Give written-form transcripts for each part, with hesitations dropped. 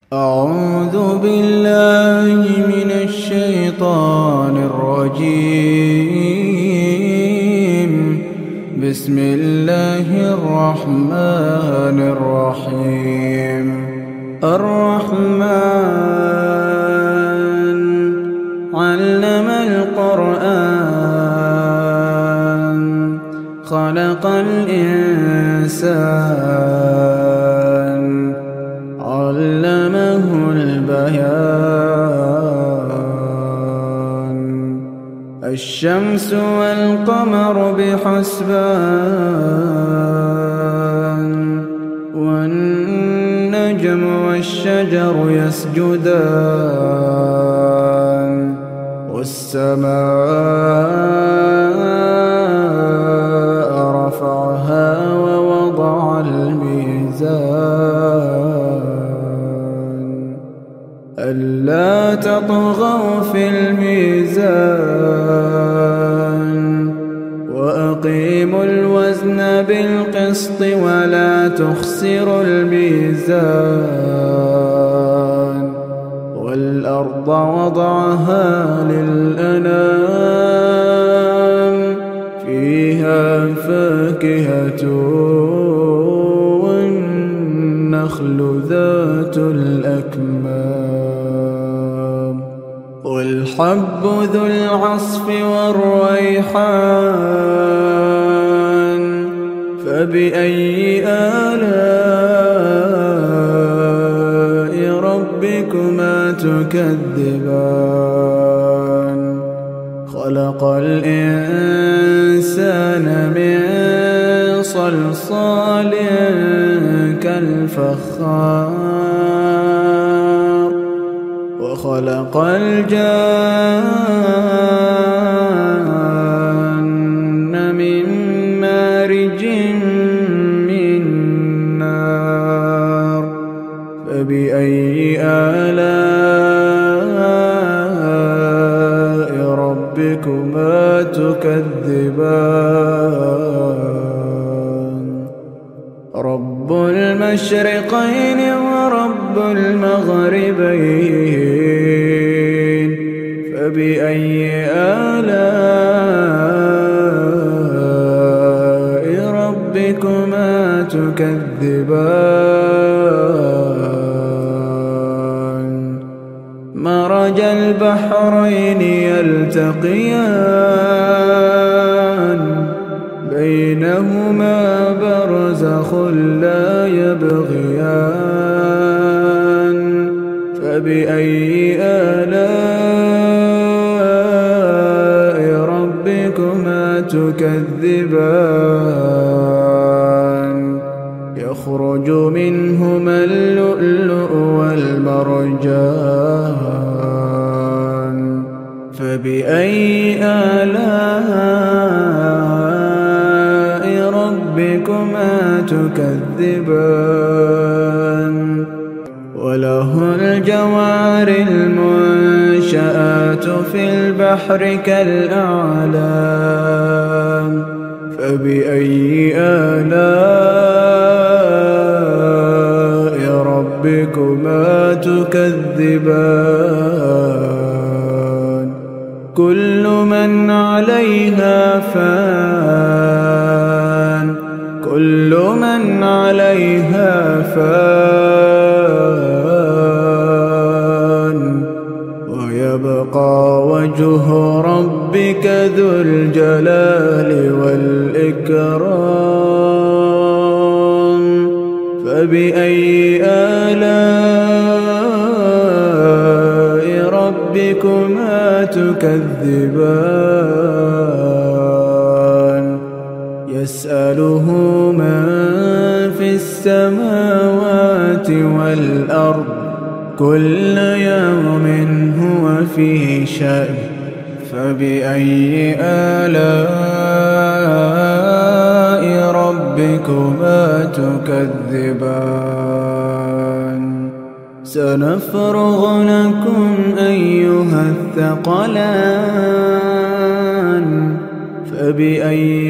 أعوذ بالله من الشيطان الرجيم. بسم الله الرحمن الرحيم. الرحمن علم القرآن خلق الإنسان علمه البيان. الشمس والقمر بحسبان والنجم والشجر يسجدان والسماء رفعها ووضع الميزان ألا تطغوا في الميزان وأقيموا الوزن بالقسط ولا تخسروا الميزان والأرض وضعها للأنام فيها فاكهة والنخل ذات الأكمام والحب ذو العصف والريحان فبأي آلاء ربكما تكذبان. خلق الإنسان من صلصال كالفخار وخلق الجان من مارج من نار فبأي آلاء ربكما تكذبان. رب المشرقين ورب المغربين فبأي آلاء ربكما تكذبان. مرج البحرين يلتقيان بينهما برزخ لا يبغيان فبأي آلاء ربكما تكذبان. يخرج منهما اللؤلؤ والمرجان فبأي آلاء ربكما تكذبان. وله الجوار المنشآت في البحر كالأعلام فبأي آلاء ربكما تكذبان. كل من عليها فان كل من عليها فان ويبقى وجه ربك ذو الجلال والإكرام فبأي آلاء ربكما تكذبان. يسأله من في السماوات والأرض كل يوم هو في شأن فبأي آلاء ربكما تكذبان. سنفرغ لكم أيها الثقلان فبأي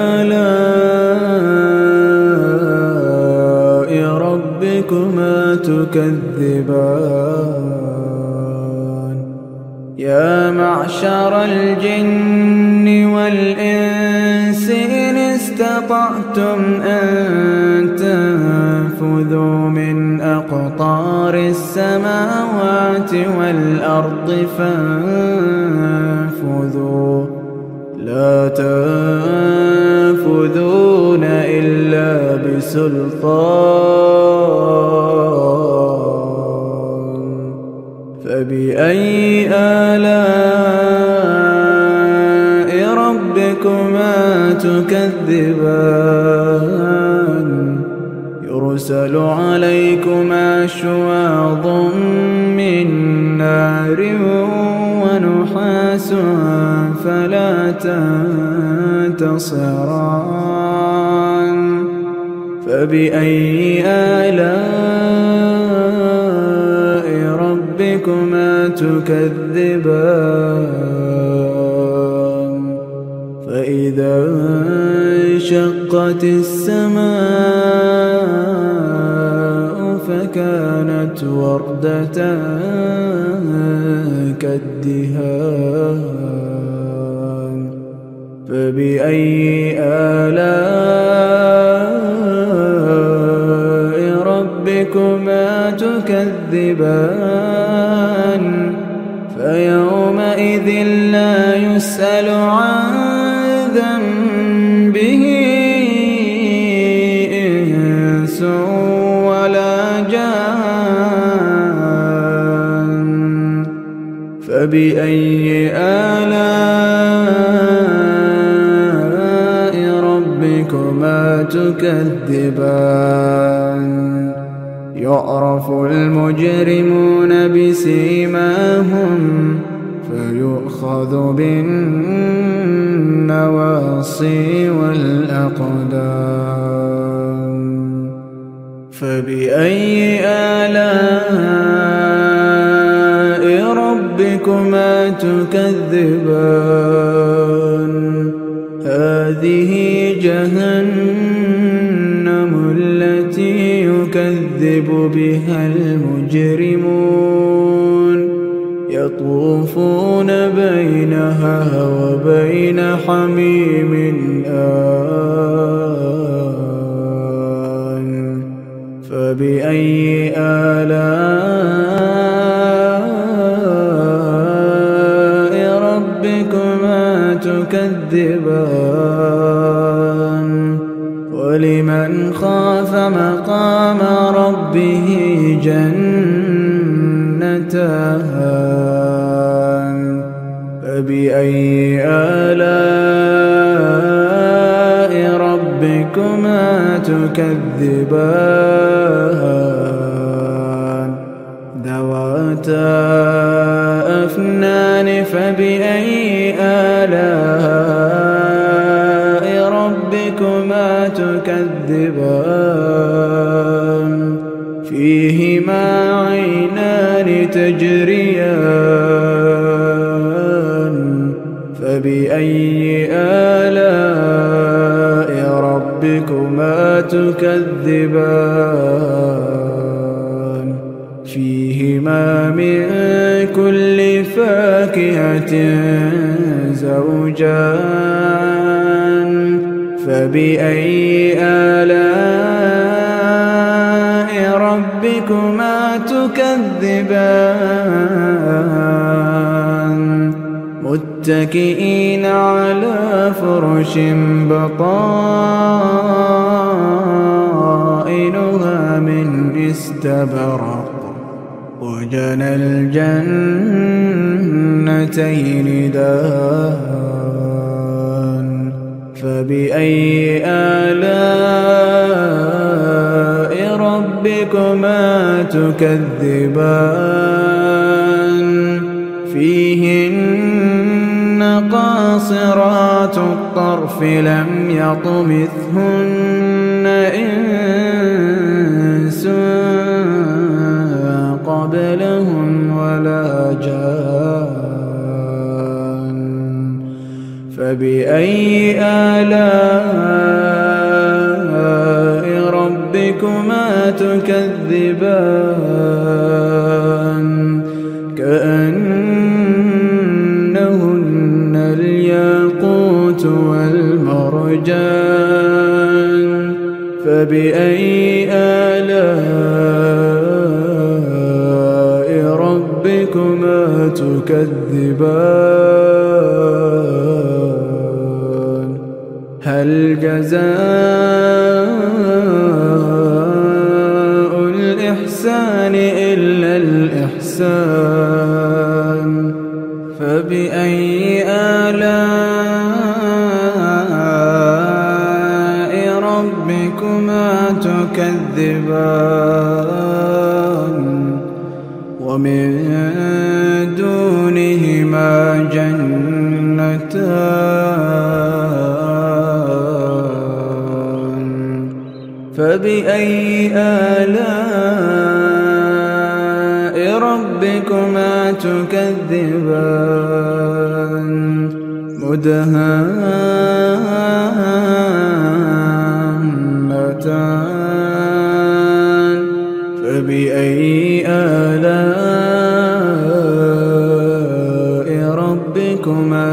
آلاء ربكما تكذبان. تكذبان يا معشر الجن والإنس إن استطعتم أن تنفذوا من أقطار السماوات والأرض فانفذوا لا تنفذون إلا بسلطان فبأي آلاء ربكما تكذبان يرسل عليكما شواظ من نار ونحاس فلا تنتصران فبأي آلاء ربكما تكذبان فإذا انشقت السماء فكانت وردة كالدهان فبأي آلاء ربكما تكذبان فيومئذ لا يسأل عن ذنبه إنس ولا جان فبأي آلاء ربكما تكذبان يعرف المجرمون بسيماهم فيؤخذ بالنواصي والأقدام فبأي آلاء ربكما تكذبان هذه جهنم التي يكذب بها المجرمون يطوفون بينها وبين حميم آن فبأي آلاء ربكما تكذبان ولمن خاف مقام ربه جنتان فبأي آلاء ربكما تكذبان ذواتا أفنان فبأي آلاء ربكما تكذبان فيهما عينان تجريان فبأي آلاء ربكما تكذبان فيهما من كل فاكهة زوجان فبأي آلاء ربكما تكذبان متكئين على فرش بطائنها من استبرق وجنى الجنتين دان فبأي آلاء ربكما تكذبان فيهن قاصرات الطرف لم يطمثهن إنس قبلهم ولا جان فبأي آلاء ربكما تكذبان تكذبان هل جزاء الإحسان إلا الإحسان فبأي آلاء ربكما تكذبان ومن دونهما جنتان فبأي آلاء ربكما تكذبان مدهامتان فبأي آلاء ربكما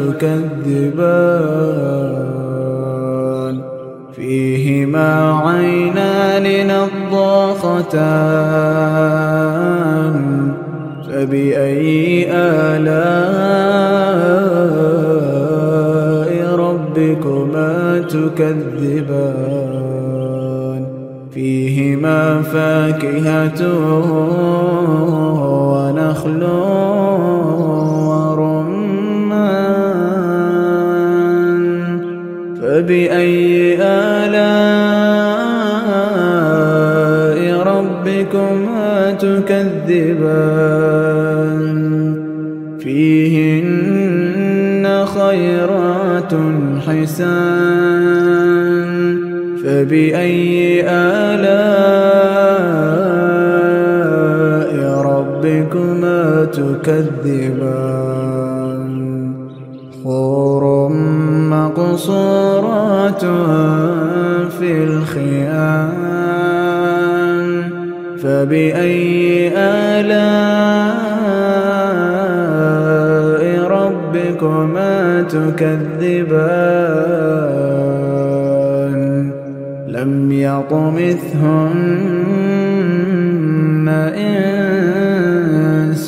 تكذبان فيهما عينان نضاختان فبأي آلاء ربكما تكذبان فيهما فاكهة ونخل ورمان فبأي آلاء ربكما تكذبان فيهن خيرات حسان فبأي آلاء ربكما تكذبان حور مقصورات في الخيام فبأي آلاء ربكما تكذبان لم يطمثهن إنس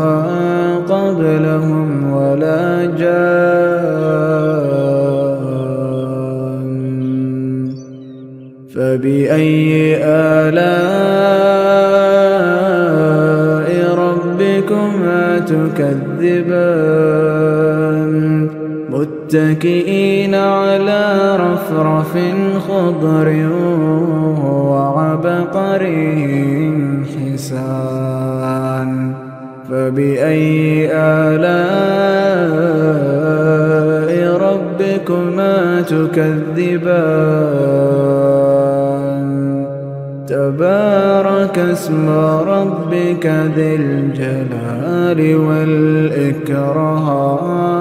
قبلهم ولا جان فبأي آلاء ربكما تكذبان متكئين على رفرف خضر وعبقري حسان فبأي آلاء ربكما تكذبان تبارك اسم ربك ذي الجلال والإكرام